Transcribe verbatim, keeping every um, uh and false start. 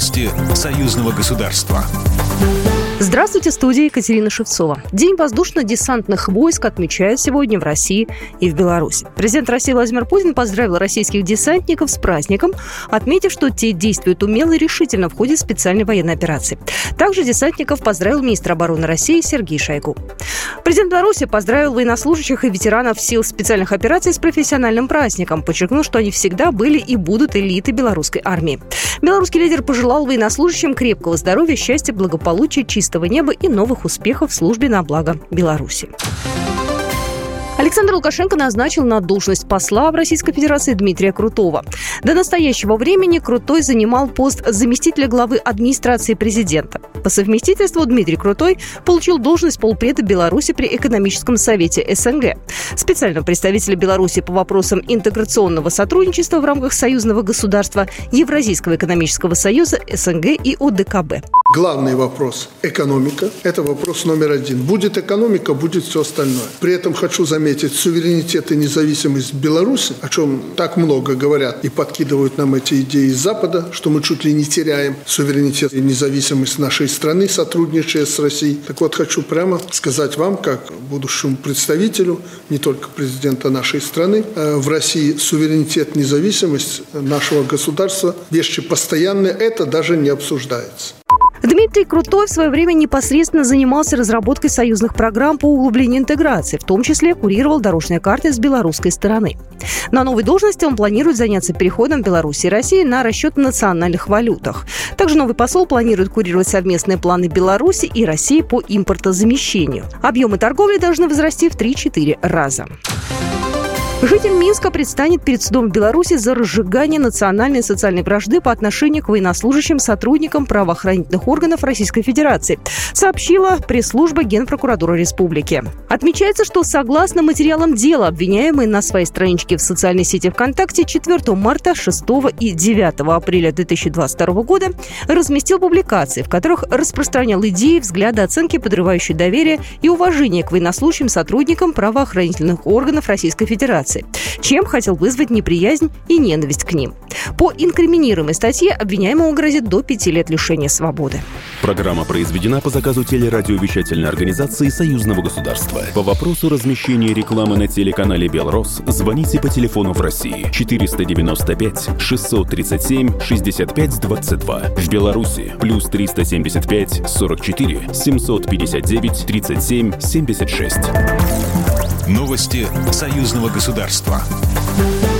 Новости союзного государства. Здравствуйте, студия Екатерина Шевцова. День воздушно-десантных войск отмечают сегодня в России и в Беларуси. Президент России Владимир Путин поздравил российских десантников с праздником, отметив, что те действуют умело и решительно в ходе специальной военной операции. Также десантников поздравил министр обороны России Сергей Шойгу. Президент Беларуси поздравил военнослужащих и ветеранов сил специальных операций с профессиональным праздником, подчеркнул, что они всегда были и будут элитой белорусской армии. Белорусский лидер пожелал военнослужащим крепкого здоровья, счастья, благополучия, чистого неба и новых успехов в службе на благо Беларуси. Александр Лукашенко назначил на должность посла в Российской Федерации Дмитрия Крутого. До настоящего времени Крутой занимал пост заместителя главы администрации президента. По совместительству Дмитрий Крутой получил должность полпреда Беларуси при экономическом совете СНГ, специального представителя Беларуси по вопросам интеграционного сотрудничества в рамках союзного государства, Евразийского экономического союза, СНГ и ОДКБ. Главный вопрос – экономика. Это вопрос номер один. Будет экономика, будет все остальное. При этом хочу заметить, суверенитет и независимость Беларуси, о чем так много говорят и подкидывают нам эти идеи из Запада, что мы чуть ли не теряем суверенитет и независимость нашей страны, сотрудничая с Россией. Так вот, хочу прямо сказать вам, как будущему представителю, не только президента нашей страны, в России суверенитет, независимость нашего государства, вещи постоянные, это даже не обсуждается. Дмитрий Крутой в свое время непосредственно занимался разработкой союзных программ по углублению интеграции, в том числе курировал дорожные карты с белорусской стороны. На новой должности он планирует заняться переходом Беларуси и России на расчет в национальных валютах. Также новый посол планирует курировать совместные планы Беларуси и России по импортозамещению. Объемы торговли должны возрасти в три-четыре раза. Житель Минска предстанет перед судом в Беларуси за разжигание национальной и социальной вражды по отношению к военнослужащим сотрудникам правоохранительных органов Российской Федерации, сообщила пресс-служба Генпрокуратуры Республики. Отмечается, что согласно материалам дела, обвиняемый на своей страничке в социальной сети ВКонтакте четвёртого марта, шестого и девятого апреля две тысячи двадцать второго года разместил публикации, в которых распространял идеи, взгляды, оценки, подрывающие доверие и уважение к военнослужащим сотрудникам правоохранительных органов Российской Федерации, чем хотел вызвать неприязнь и ненависть к ним. По инкриминируемой статье обвиняемому грозит до пяти лет лишения свободы. Программа произведена по заказу телерадиовещательной организации Союзного государства. По вопросу размещения рекламы на телеканале «Белрос» звоните по телефону в России четыреста девяносто пять шестьсот тридцать семь шестьдесят пять двадцать два. В Беларуси плюс триста семьдесят пять сорок четыре семьсот пятьдесят девять тридцать семь семьдесят шесть. Новости союзного государства.